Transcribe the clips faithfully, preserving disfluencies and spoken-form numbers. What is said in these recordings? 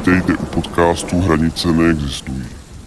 Vítejte u podcastu Hranice neexistují.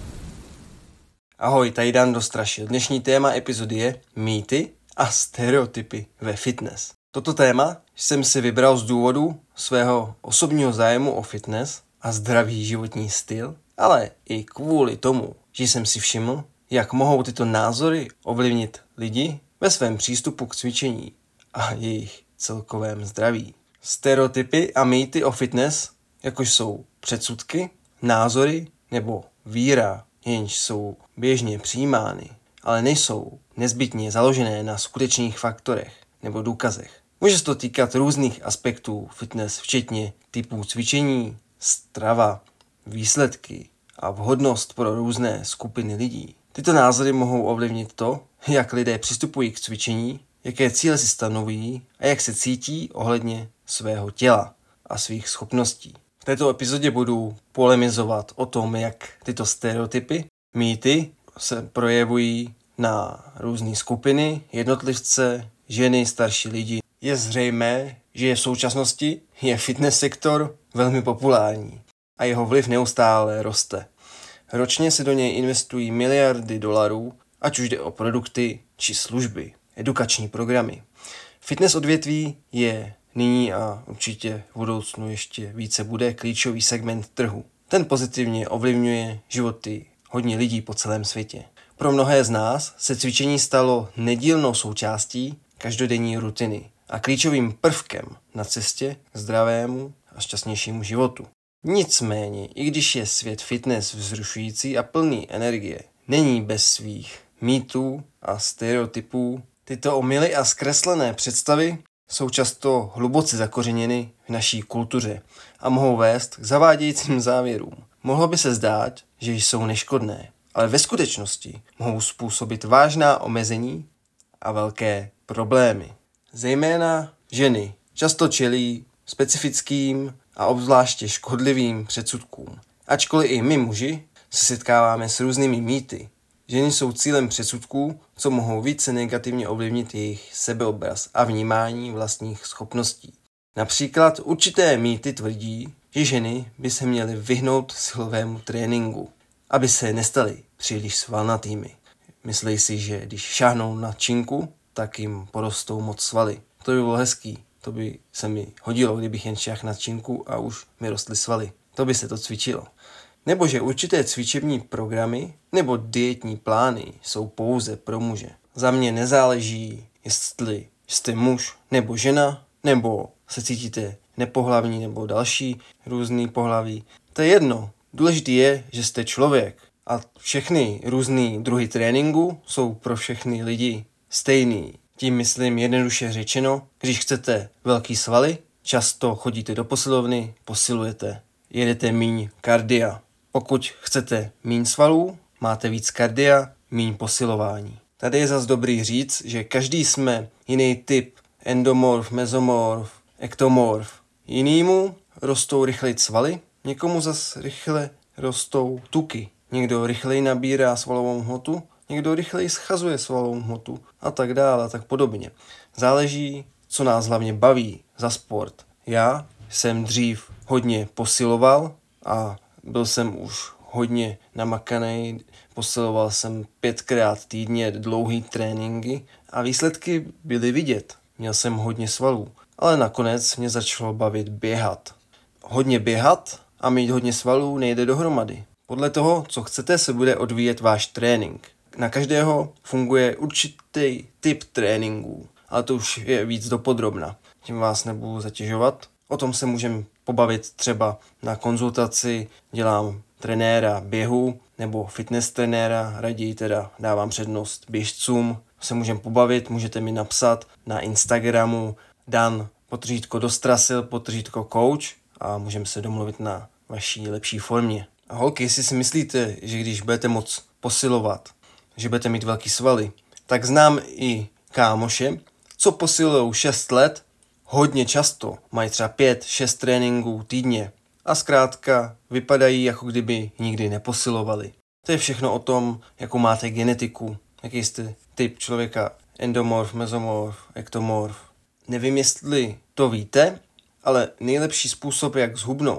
Ahoj, tady Dan Dostrašil. Dnešní téma epizody je mýty a stereotypy ve fitness. Toto téma jsem si vybral z důvodu svého osobního zájmu o fitness a zdravý životní styl, ale i kvůli tomu, že jsem si všiml, jak mohou tyto názory ovlivnit lidi ve svém přístupu k cvičení a jejich celkovém zdraví. Stereotypy a mýty o fitness, jakož jsou předsudky, názory nebo víra, jenž jsou běžně přijímány, ale nejsou nezbytně založené na skutečných faktorech nebo důkazech. Může se to týkat různých aspektů fitness, včetně typů cvičení, strava, výsledky a vhodnost pro různé skupiny lidí. Tyto názory mohou ovlivnit to, jak lidé přistupují k cvičení, jaké cíle si stanovují a jak se cítí ohledně svého těla a svých schopností. V této epizodě budu polemizovat o tom, jak tyto stereotypy, mýty se projevují na různé skupiny, jednotlivce, ženy, starší lidi. Je zřejmé, že v současnosti je fitness sektor velmi populární a jeho vliv neustále roste. Ročně se do něj investují miliardy dolarů, ať už jde o produkty či služby, edukační programy. Fitness odvětví je nyní a určitě v budoucnu ještě více bude klíčový segment trhu. Ten pozitivně ovlivňuje životy hodně lidí po celém světě. Pro mnohé z nás se cvičení stalo nedílnou součástí každodenní rutiny a klíčovým prvkem na cestě k zdravému a šťastnějšímu životu. Nicméně, i když je svět fitness vzrušující a plný energie, není bez svých mýtů a stereotypů. Tyto omyly a zkreslené představy jsou často hluboce zakořeněny v naší kultuře a mohou vést k zavádějícím závěrům. Mohlo by se zdát, že jsou neškodné, ale ve skutečnosti mohou způsobit vážná omezení a velké problémy. Zejména ženy často čelí specifickým a obzvláště škodlivým předsudkům. Ačkoliv i my muži se setkáváme s různými mýty, ženy jsou cílem předsudků, co mohou více negativně ovlivnit jejich sebeobraz a vnímání vlastních schopností. Například určité mýty tvrdí, že ženy by se měly vyhnout silovému tréninku, aby se nestaly příliš svalnatými. Myslí si, že když šáhnou na činku, tak jim porostou moc svaly. To by bylo hezký, to by se mi hodilo, kdybych jen šáhl na činku a už mi rostly svaly. To by se to cvičilo. Nebo že určité cvičební programy nebo dietní plány jsou pouze pro muže. Za mě nezáleží, jestli jste muž nebo žena, nebo se cítíte nepohlavní nebo další různý pohlaví. To je jedno. Důležité je, že jste člověk. A všechny různý druhy tréninku jsou pro všechny lidi stejný. Tím myslím jednoduše řečeno, když chcete velký svaly, často chodíte do posilovny, posilujete, jedete míň kardia. Pokud chcete míň svalů, máte víc kardia, míň posilování. Tady je zas dobrý říct, že každý jsme jiný typ, endomorf, mezomorf, ektomorf. Jinýmu rostou rychleji svaly, někomu zas rychle rostou tuky. Někdo rychleji nabírá svalovou hmotu, někdo rychleji schazuje svalovou hmotu a tak dále a tak podobně. Záleží, co nás hlavně baví za sport. Já jsem dřív hodně posiloval a byl jsem už hodně namakanej, posiloval jsem pětkrát týdně dlouhý tréninky a výsledky byly vidět. Měl jsem hodně svalů, ale nakonec mě začalo bavit běhat. Hodně běhat a mít hodně svalů nejde dohromady. Podle toho, co chcete, se bude odvíjet váš trénink. Na každého funguje určitý typ tréninků, ale to už je víc dopodrobna. Tím vás nebudu zatěžovat. O tom se můžeme pobavit třeba na konzultaci, dělám trenéra běhu nebo fitness trenéra, raději teda dávám přednost běžcům. Se můžeme pobavit, můžete mi napsat na Instagramu Dan potržítko Dostrasil potržítko coach a můžeme se domluvit na vaší lepší formě. A holky, jestli si myslíte, že když budete moc posilovat, že budete mít velký svaly, tak znám i kámoše, co posilujou šest let, hodně často, mají třeba pět šest tréninků týdně a zkrátka vypadají, jako kdyby nikdy neposilovali. To je všechno o tom, jakou máte genetiku, jaký jste typ člověka, endomorf, mezomorf, ektomorf. Nevím, jestli to víte, ale nejlepší způsob, jak zhubnout,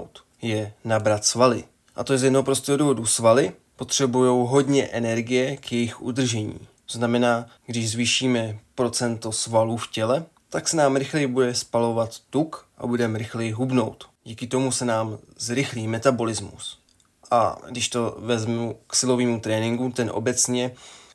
je nabrat svaly. A to je z jednoho prostého důvodu. Svaly potřebují hodně energie k jejich udržení. To znamená, když zvýšíme procento svalů v těle, tak se nám rychleji bude spalovat tuk a budeme rychleji hubnout. Díky tomu se nám zrychlí metabolismus. A když to vezmu k silovému tréninku, ten obecně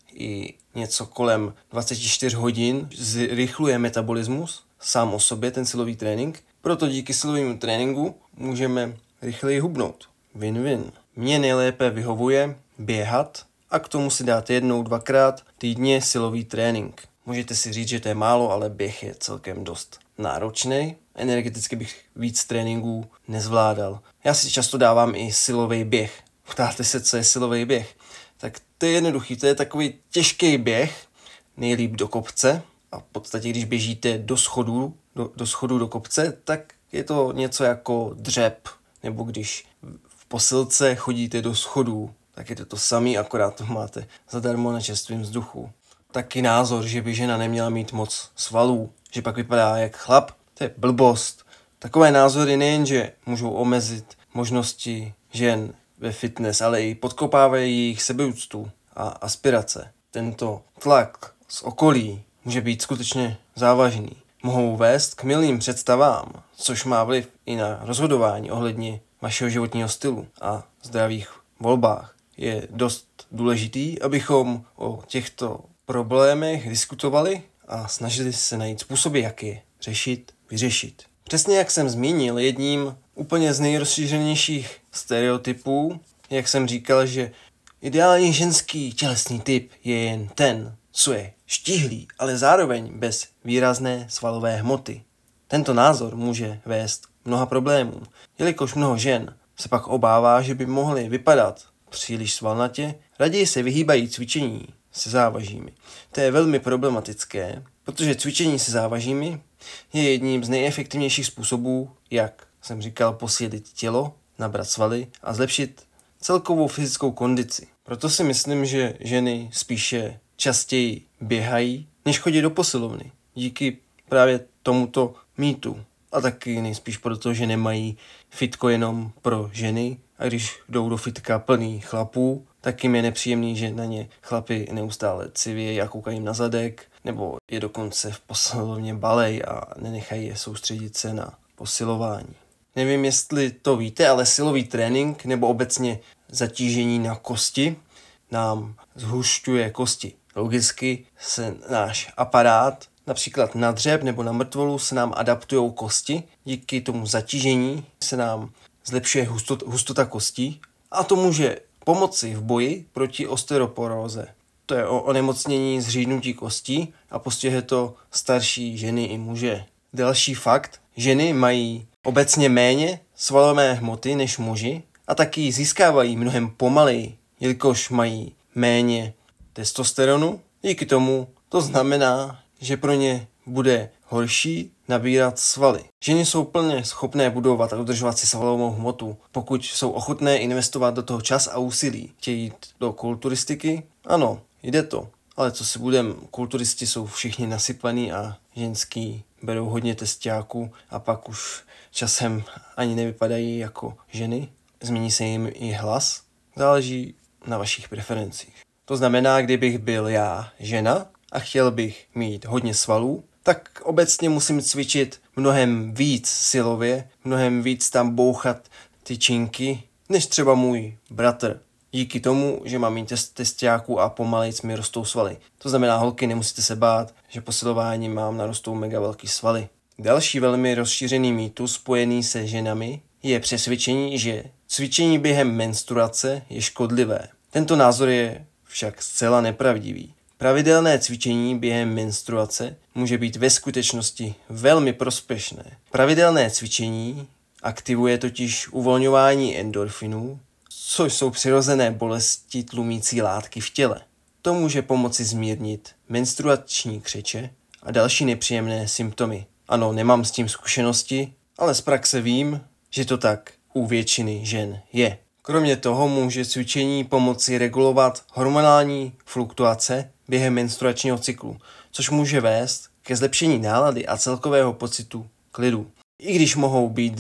i něco kolem dvacet čtyři hodin zrychluje metabolismus sám o sobě, ten silový trénink. Proto díky silovému tréninku můžeme rychleji hubnout. Win-win. Mně nejlépe vyhovuje běhat a k tomu si dát jednou, dvakrát týdně silový trénink. Můžete si říct, že to je málo, ale běh je celkem dost náročný. Energeticky bych víc tréninků nezvládal. Já si často dávám i silový běh. Ptáte se, co je silový běh? Tak to je jednoduchý, to je takový těžký běh, nejlíp do kopce. A v podstatě, když běžíte do schodů, do, do schodů do kopce, tak je to něco jako dřep. Nebo když v posilce chodíte do schodů, tak je to to samé, akorát to máte zadarmo na čerstvém vzduchu. Taky názor, že by žena neměla mít moc svalů, že pak vypadá jak chlap, to je blbost. Takové názory nejenže můžou omezit možnosti žen ve fitness, ale i podkopávají jejich sebeúctu a aspirace. Tento tlak z okolí může být skutečně závažný. Mohou vést k mylným představám, což má vliv i na rozhodování ohledně vašeho životního stylu a zdravých volbách. Je dost důležitý, abychom o těchto problémech diskutovali a snažili se najít způsoby, jak je řešit, vyřešit. Přesně jak jsem zmínil, jedním úplně z nejrozšířenějších stereotypů, jak jsem říkal, že ideální ženský tělesný typ je jen ten, co je štíhlý, ale zároveň bez výrazné svalové hmoty. Tento názor může vést k mnoha problémům, jelikož mnoho žen se pak obává, že by mohly vypadat příliš svalnatě, raději se vyhýbají cvičení se závažími. To je velmi problematické, protože cvičení se závažími je jedním z nejefektivnějších způsobů, jak jsem říkal, posílit tělo, nabrat svaly a zlepšit celkovou fyzickou kondici. Proto si myslím, že ženy spíše častěji běhají, než chodí do posilovny. Díky právě tomuto mýtu. A taky nejspíš proto, že nemají fitko jenom pro ženy a když jdou do fitka plný chlapů, tak jim je nepříjemný, že na ně chlapi neustále civějí a koukají jim na zadek, nebo je dokonce v posilovně balej a nenechají je soustředit se na posilování. Nevím, jestli to víte, ale silový trénink nebo obecně zatížení na kosti nám zhušťuje kosti. Logicky se náš aparát, například na dřep nebo na mrtvolu, se nám adaptují kosti. Díky tomu zatížení se nám zlepšuje hustot, hustota kostí a to může pomoci v boji proti osteoporóze. To je onemocnění zřídnutí kostí a postihuje to starší ženy i muže. Další fakt, ženy mají obecně méně svalové hmoty než muži a taky získávají mnohem pomaleji, jelikož mají méně testosteronu. Díky tomu to znamená, že pro ně bude horší nabírat svaly. Ženy jsou plně schopné budovat a udržovat si svalovou hmotu, pokud jsou ochotné investovat do toho čas a úsilí. Chtějí jít do kulturistiky? Ano, jde to. Ale co si budem, kulturisti jsou všichni nasypaný a ženský berou hodně testiáků a pak už časem ani nevypadají jako ženy. Změní se jim i hlas. Záleží na vašich preferencích. To znamená, kdybych byl já žena a chtěl bych mít hodně svalů, tak obecně musím cvičit mnohem víc silově, mnohem víc tam bouchat ty činky, než třeba můj bratr. Díky tomu, že mám mít test testiáků a pomalejc mi rostou svaly. To znamená, holky, nemusíte se bát, že posilováním mám narostou mega velký svaly. Další velmi rozšířený mýtus spojený se ženami je přesvědčení, že cvičení během menstruace je škodlivé. Tento názor je však zcela nepravdivý. Pravidelné cvičení během menstruace může být ve skutečnosti velmi prospěšné. Pravidelné cvičení aktivuje totiž uvolňování endorfinů, což jsou přirozené bolesti tlumící látky v těle. To může pomoci zmírnit menstruační křeče a další nepříjemné symptomy. Ano, nemám s tím zkušenosti, ale z praxe vím, že to tak u většiny žen je. Kromě toho může cvičení pomoci regulovat hormonální fluktuace během menstruačního cyklu, což může vést ke zlepšení nálady a celkového pocitu klidu. I když mohou být dny,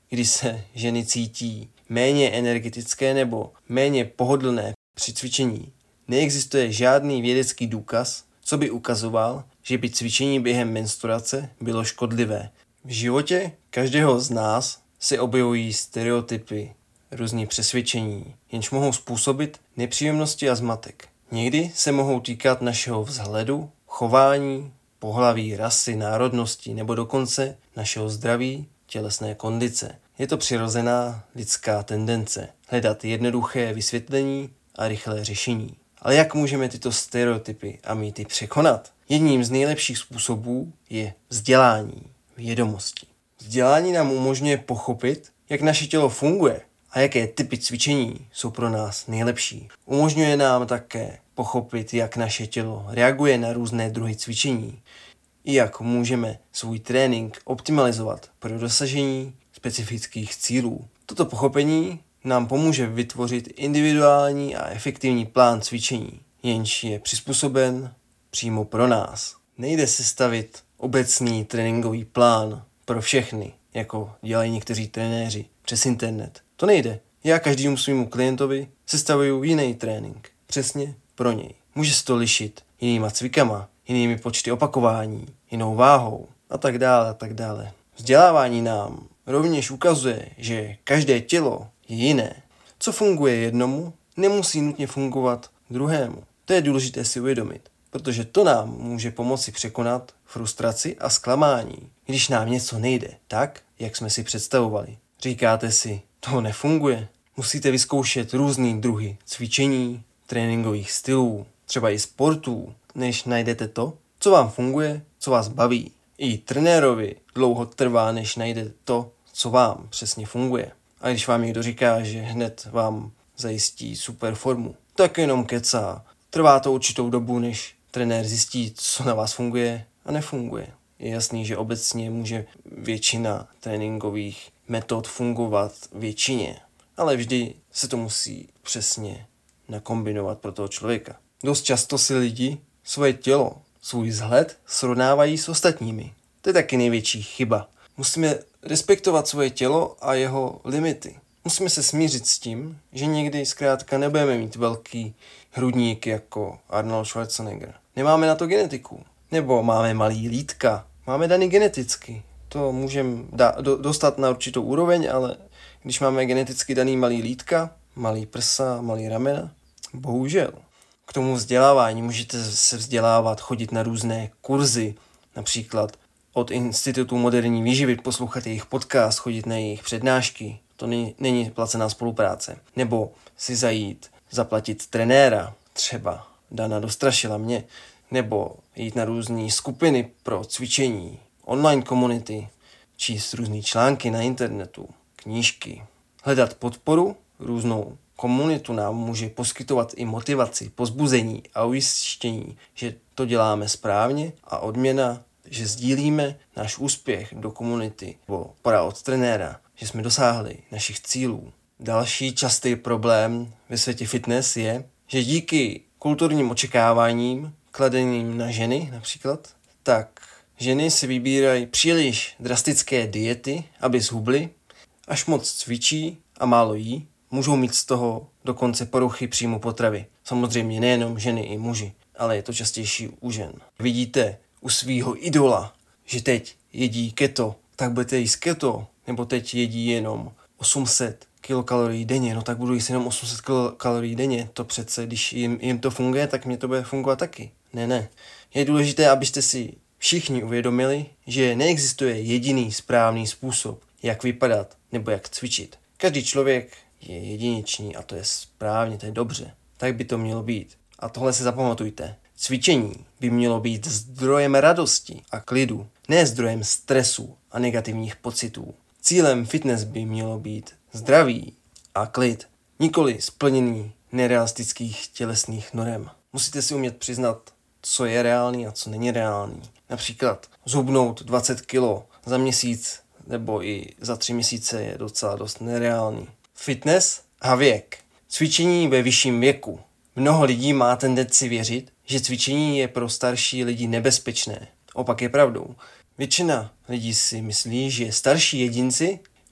kdy se ženy cítí méně energetické nebo méně pohodlné při cvičení. Neexistuje žádný vědecký důkaz, co by ukazoval, že by cvičení během menstruace bylo škodlivé. V životě každého z nás se objevují stereotypy, různý přesvědčení, jenž mohou způsobit nepříjemnosti a zmatek. Někdy se mohou týkat našeho vzhledu, chování, pohlaví, rasy, národnosti nebo dokonce našeho zdraví, tělesné kondice. Je to přirozená lidská tendence hledat jednoduché vysvětlení a rychlé řešení. Ale jak můžeme tyto stereotypy a mýty překonat? Jedním z nejlepších způsobů je vzdělání, vědomosti. Vzdělání nám umožňuje pochopit, jak naše tělo funguje a jaké typy cvičení jsou pro nás nejlepší. Umožňuje nám také pochopit, jak naše tělo reaguje na různé druhy cvičení i jak můžeme svůj trénink optimalizovat pro dosažení specifických cílů. Toto pochopení nám pomůže vytvořit individuální a efektivní plán cvičení, jenž je přizpůsoben přímo pro nás. Nejde sestavit obecný tréninkový plán pro všechny, jako dělají někteří trenéři přes internet. To nejde. Já každému svému klientovi sestavuju jiný trénink, přesně pro něj. Může se to lišit jinýma cvikama, jinými počty opakování, jinou váhou a tak dále a tak dále. Vzdělávání nám rovněž ukazuje, že každé tělo je jiné. Co funguje jednomu, nemusí nutně fungovat druhému. To je důležité si uvědomit, protože to nám může pomoci překonat frustraci a zklamání, když nám něco nejde tak, jak jsme si představovali. Říkáte si, to nefunguje. Musíte vyzkoušet různý druhy cvičení, tréninkových stylů, třeba i sportů, než najdete to, co vám funguje, co vás baví. I trenérovi dlouho trvá, než najde to, co vám přesně funguje. A když vám někdo říká, že hned vám zajistí super formu, tak jenom kecá. Trvá to určitou dobu, než trenér zjistí, co na vás funguje a nefunguje. Je jasný, že obecně může většina tréninkových metod fungovat většině, ale vždy se to musí přesně nakombinovat pro toho člověka. Dost často si lidi svoje tělo, svůj vzhled srovnávají s ostatními. To je taky největší chyba. Musíme respektovat svoje tělo a jeho limity. Musíme se smířit s tím, že někdy zkrátka nebudeme mít velký hrudník jako Arnold Schwarzenegger. Nemáme na to genetiku. Nebo máme malý lítka. Máme daný geneticky. To můžeme da- do- dostat na určitou úroveň, ale když máme geneticky daný malý lítka, malý prsa, malý ramena, bohužel. K tomu vzdělávání můžete se vzdělávat, chodit na různé kurzy, například od Institutu moderní výživy, poslouchat jejich podcast, chodit na jejich přednášky. To není, není placená spolupráce. Nebo si zajít, zaplatit trenéra, třeba Dana Dostrašila mě, nebo jít na různé skupiny pro cvičení, online komunity, číst různé články na internetu, knížky. Hledat podporu, různou komunitu nám může poskytovat i motivaci, pozbuzení a ujištění, že to děláme správně a odměna, že sdílíme náš úspěch do komunity nebo pora od trenéra, že jsme dosáhli našich cílů. Další častý problém ve světě fitness je, že díky kulturním očekáváním kladeným na ženy například, tak ženy si vybírají příliš drastické diety, aby zhubly, až moc cvičí a málo jí, můžou mít z toho dokonce poruchy příjmu potravy. Samozřejmě nejenom ženy i muži, ale je to častější u žen. Vidíte u svýho idola, že teď jedí keto, tak budete jíst keto, nebo teď jedí jenom osm set kilokalorií denně, no tak budu jíst jenom osm set kilokalorií denně, to přece, když jim, jim to funguje, tak mě to bude fungovat taky. Ne, ne. Je důležité, abyste si všichni uvědomili, že neexistuje jediný správný způsob, jak vypadat nebo jak cvičit. Každý člověk je jedinečný a to je správně, to je dobře. Tak by to mělo být. A tohle si zapamatujte. Cvičení by mělo být zdrojem radosti a klidu, ne zdrojem stresu a negativních pocitů. Cílem fitness by mělo být zdraví a klid, nikoli splnění nerealistických tělesných norem. Musíte si umět přiznat, co je reálný a co není reálný. Například zhubnout dvacet kilo za měsíc nebo i za tři měsíce je docela dost nereálný. Fitness a věk. Cvičení ve vyšším věku. Mnoho lidí má tendenci věřit, že cvičení je pro starší lidi nebezpečné. Opak je pravdou. Většina lidí si myslí, že starší jedinci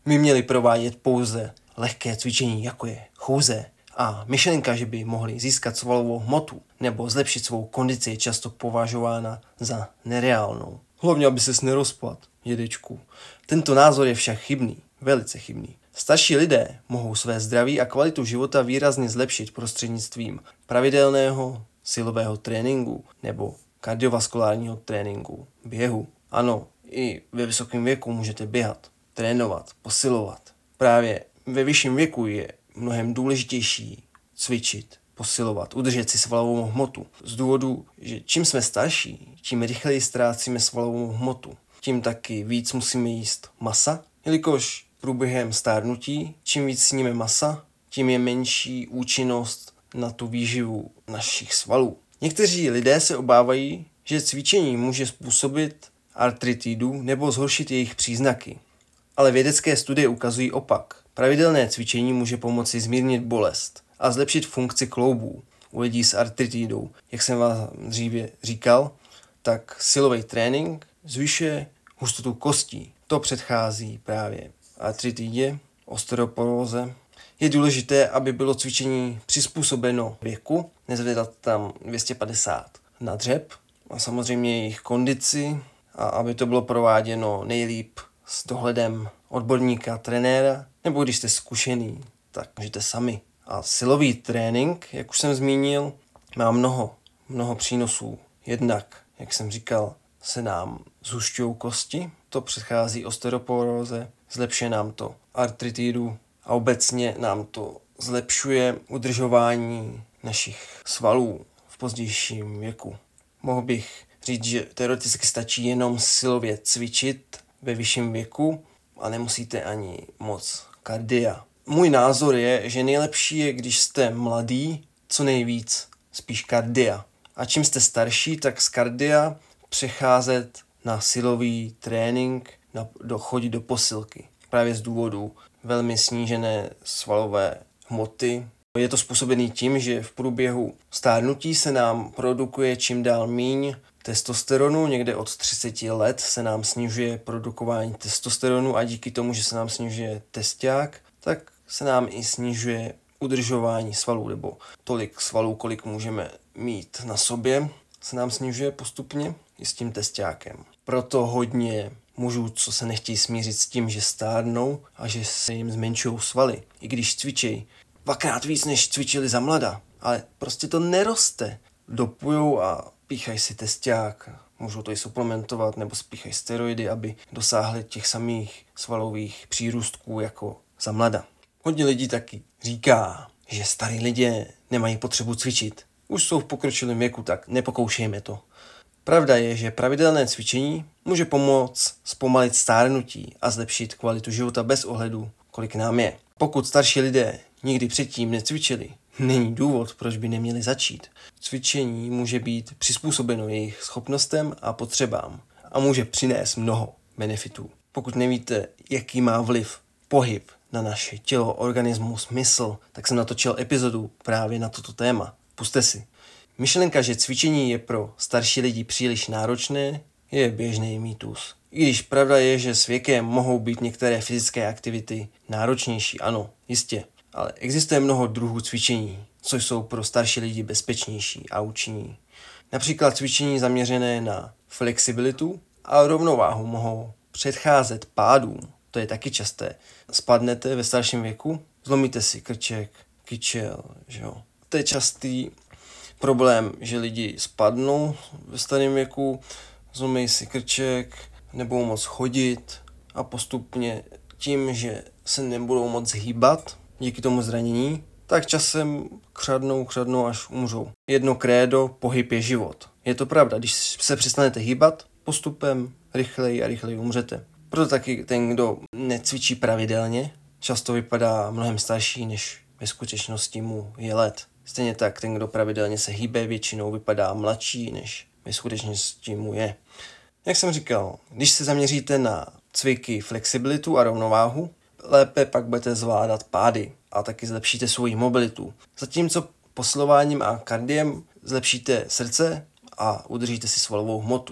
by měli provádět pouze lehké cvičení, jako je chůze. A myšlenka, že by mohli získat svalovou hmotu nebo zlepšit svou kondici, je často považována za nereálnou. Hlavně, aby ses nerozpad, dědečku. Tento názor je však chybný, velice chybný. Starší lidé mohou své zdraví a kvalitu života výrazně zlepšit prostřednictvím pravidelného silového tréninku nebo kardiovaskulárního tréninku, běhu. Ano, i ve vysokém věku můžete běhat, trénovat, posilovat. Právě ve vyšším věku je mnohem důležitější cvičit, posilovat, udržet si svalovou hmotu. Z důvodu, že čím jsme starší, tím rychleji ztrácíme svalovou hmotu. Tím taky víc musíme jíst masa, jelikož průběhem stárnutí, čím víc sníme masa, tím je menší účinnost na tu výživu našich svalů. Někteří lidé se obávají, že cvičení může způsobit artritidu nebo zhoršit jejich příznaky. Ale vědecké studie ukazují opak. Pravidelné cvičení může pomoci zmírnit bolest a zlepšit funkci kloubů u lidí s artritidou. Jak jsem vám dříve říkal, tak silový trénink zvyšuje hustotu kostí. To předchází právě artritidě, osteoporóze. Je důležité, aby bylo cvičení přizpůsobeno věku, nezvedat tam dvě stě padesát na dřep a samozřejmě jejich kondici, a aby to bylo prováděno nejlíp s dohledem odborníka, trenéra, nebo když jste zkušený, tak můžete sami. A silový trénink, jak už jsem zmínil, má mnoho, mnoho přínosů. Jednak, jak jsem říkal, se nám zhušťují kosti, to předchází osteoporóze, zlepšuje nám to artritidu a obecně nám to zlepšuje udržování našich svalů v pozdějším věku. Mohl bych říct, že teoreticky stačí jenom silově cvičit ve vyšším věku a nemusíte ani moc kardia. Můj názor je, že nejlepší je, když jste mladý, co nejvíc, spíš kardia. A čím jste starší, tak z kardia přecházet na silový trénink, na, do, chodit do posilky. Právě z důvodu velmi snížené svalové hmoty. Je to způsobený tím, že v průběhu stárnutí se nám produkuje čím dál míň testosteronu, někde od třicet let se nám snižuje produkování testosteronu a díky tomu, že se nám snižuje tesťák, tak se nám i snižuje udržování svalů, nebo tolik svalů, kolik můžeme mít na sobě, se nám snižuje postupně i s tím tesťákem. Proto hodně mužů, co se nechtějí smířit s tím, že stárnou a že se jim zmenšují svaly, i když cvičejí dvakrát víc, než cvičili za mlada, ale prostě to neroste. Dopujou a píchají si tesťák, můžou to i suplementovat nebo spíchají steroidy, aby dosáhli těch samých svalových přírůstků jako za mlada. Hodně lidí taky říká, že starí lidé nemají potřebu cvičit. Už jsou v pokročilém věku, tak nepokoušejme to. Pravda je, že pravidelné cvičení může pomoct zpomalit stárnutí a zlepšit kvalitu života bez ohledu, kolik nám je. Pokud starší lidé nikdy předtím necvičili, není důvod, proč by neměli začít. Cvičení může být přizpůsobeno jejich schopnostem a potřebám a může přinést mnoho benefitů. Pokud nevíte, jaký má vliv pohyb na naše tělo, organismus, mysl, tak jsem natočil epizodu právě na toto téma. Pusťte si. Myšlenka, že cvičení je pro starší lidi příliš náročné, je běžný mýtus. I když pravda je, že s věkem mohou být některé fyzické aktivity náročnější, ano, jistě. Ale existuje mnoho druhů cvičení, což jsou pro starší lidi bezpečnější a účinní. Například cvičení zaměřené na flexibilitu a rovnováhu mohou předcházet pádům. To je taky časté. Spadnete ve starším věku, zlomíte si krček, kyčel, že jo. To je častý problém, že lidi spadnou ve starém věku, zlomí si krček, nebudou moc chodit a postupně tím, že se nebudou moc hýbat díky tomu zranění, tak časem křadnou, křadnou až umřou. Jedno krédo, pohyb je život. Je to pravda, když se přestanete hýbat, postupem rychleji a rychleji umřete. Proto taky ten, kdo necvičí pravidelně, často vypadá mnohem starší, než ve skutečnosti mu je let. Stejně tak ten, kdo pravidelně se hýbe, většinou vypadá mladší, než ve skutečnosti mu je. Jak jsem říkal, když se zaměříte na cviky, flexibilitu a rovnováhu, lépe pak budete zvládat pády a taky zlepšíte svoji mobilitu. Zatímco posilováním a kardiem zlepšíte srdce a udržíte si svalovou hmotu.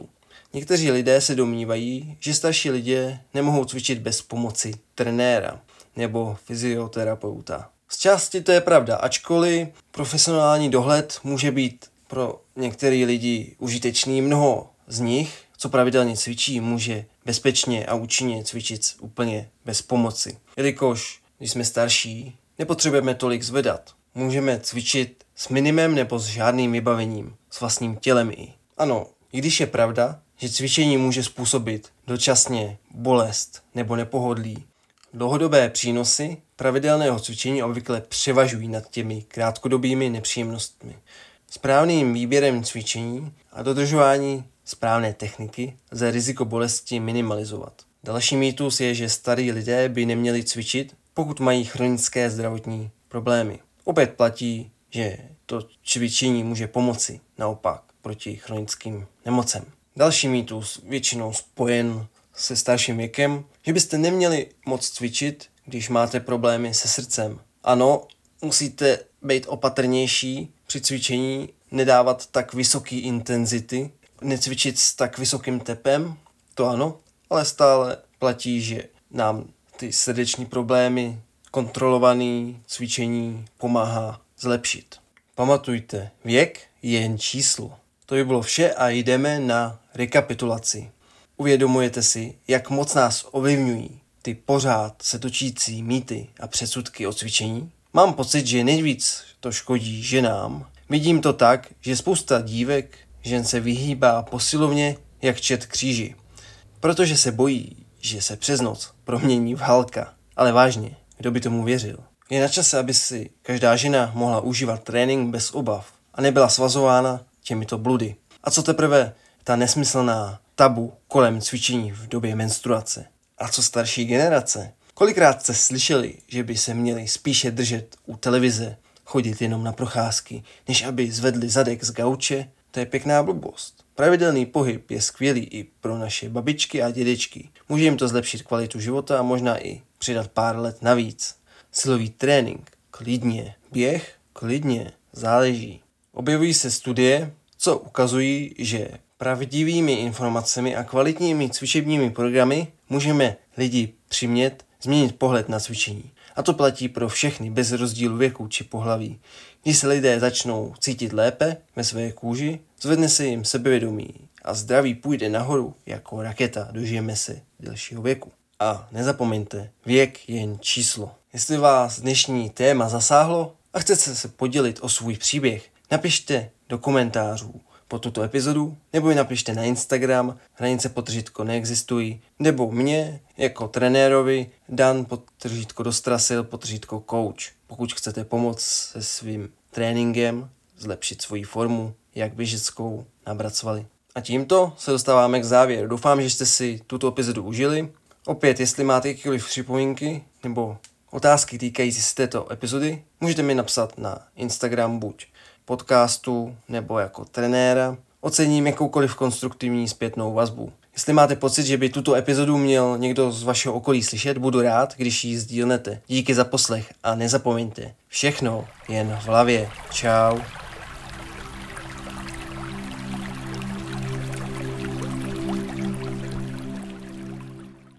Někteří lidé se domnívají, že starší lidé nemohou cvičit bez pomoci trenéra nebo fyzioterapeuta. Z části to je pravda, ačkoliv profesionální dohled může být pro některé lidi užitečný. Mnoho z nich, co pravidelně cvičí, může bezpečně a účinně cvičit úplně bez pomoci. Jelikož, když jsme starší, nepotřebujeme tolik zvedat. Můžeme cvičit s minimem nebo s žádným vybavením, s vlastním tělem i. Ano, i když je pravda, že cvičení může způsobit dočasně bolest nebo nepohodlí, dlouhodobé přínosy pravidelného cvičení obvykle převažují nad těmi krátkodobými nepříjemnostmi. Správným výběrem cvičení a dodržování správné techniky lze riziko bolesti minimalizovat. Další mýtus je, že starí lidé by neměli cvičit, pokud mají chronické zdravotní problémy. Opět platí, že to cvičení může pomoci naopak proti chronickým nemocem. Další mýtus, většinou spojen se starším věkem, že byste neměli moc cvičit, když máte problémy se srdcem. Ano, musíte být opatrnější při cvičení, nedávat tak vysoké intenzity, necvičit s tak vysokým tepem, to ano, ale stále platí, že nám ty srdeční problémy, kontrolované cvičení pomáhá zlepšit. Pamatujte, věk je jen číslo. To by bylo vše a jdeme na rekapitulaci. Uvědomujete si, jak moc nás ovlivňují ty pořád se točící mýty a předsudky o cvičení? Mám pocit, že nejvíc to škodí ženám. Vidím to tak, že spousta dívek žen se vyhýbá posilovně jak čert kříži, protože se bojí, že se přes noc promění v Hulka. Ale vážně, kdo by tomu věřil? Je na čase, aby si každá žena mohla užívat trénink bez obav a nebyla svazována těmito bludy. A co teprve ta nesmyslná tabu kolem cvičení v době menstruace? A co starší generace? Kolikrát jste slyšeli, že by se měli spíše držet u televize, chodit jenom na procházky, než aby zvedli zadek z gauče? To je pěkná blbost. Pravidelný pohyb je skvělý i pro naše babičky a dědečky. Může jim to zlepšit kvalitu života a možná i přidat pár let navíc. Silový trénink, klidně. Běh, klidně. Záleží. Objevují se studie, co ukazují, že pravdivými informacemi a kvalitními cvičebními programy můžeme lidi přimět změnit pohled na cvičení. A to platí pro všechny bez rozdílu věku či pohlaví. Když se lidé začnou cítit lépe ve své kůži, zvedne se jim sebevědomí a zdraví půjde nahoru jako raketa, dožijeme se delšího věku. A nezapomeňte, věk je jen číslo. Jestli vás dnešní téma zasáhlo a chcete se podělit o svůj příběh, napište do komentářů po tuto epizodu, nebo ji napište na Instagram, hranice podtržítko neexistují, nebo mě jako trenérovi Dan podtržítko dostrasil podtržítko coach. Pokud chcete pomoct se svým tréninkem, zlepšit svoji formu, jak běžeckou, nabrat svaly. A tímto se dostáváme k závěru. Doufám, že jste si tuto epizodu užili. Opět, jestli máte jakékoliv připomínky nebo otázky týkající se této epizody, můžete mi napsat na Instagram buď podcastu nebo jako trenéra. Ocením jakoukoliv konstruktivní zpětnou vazbu. Jestli máte pocit, že by tuto epizodu měl někdo z vašeho okolí slyšet, budu rád, když ji sdílnete. Díky za poslech a nezapomeňte, všechno jen v hlavě. Čau.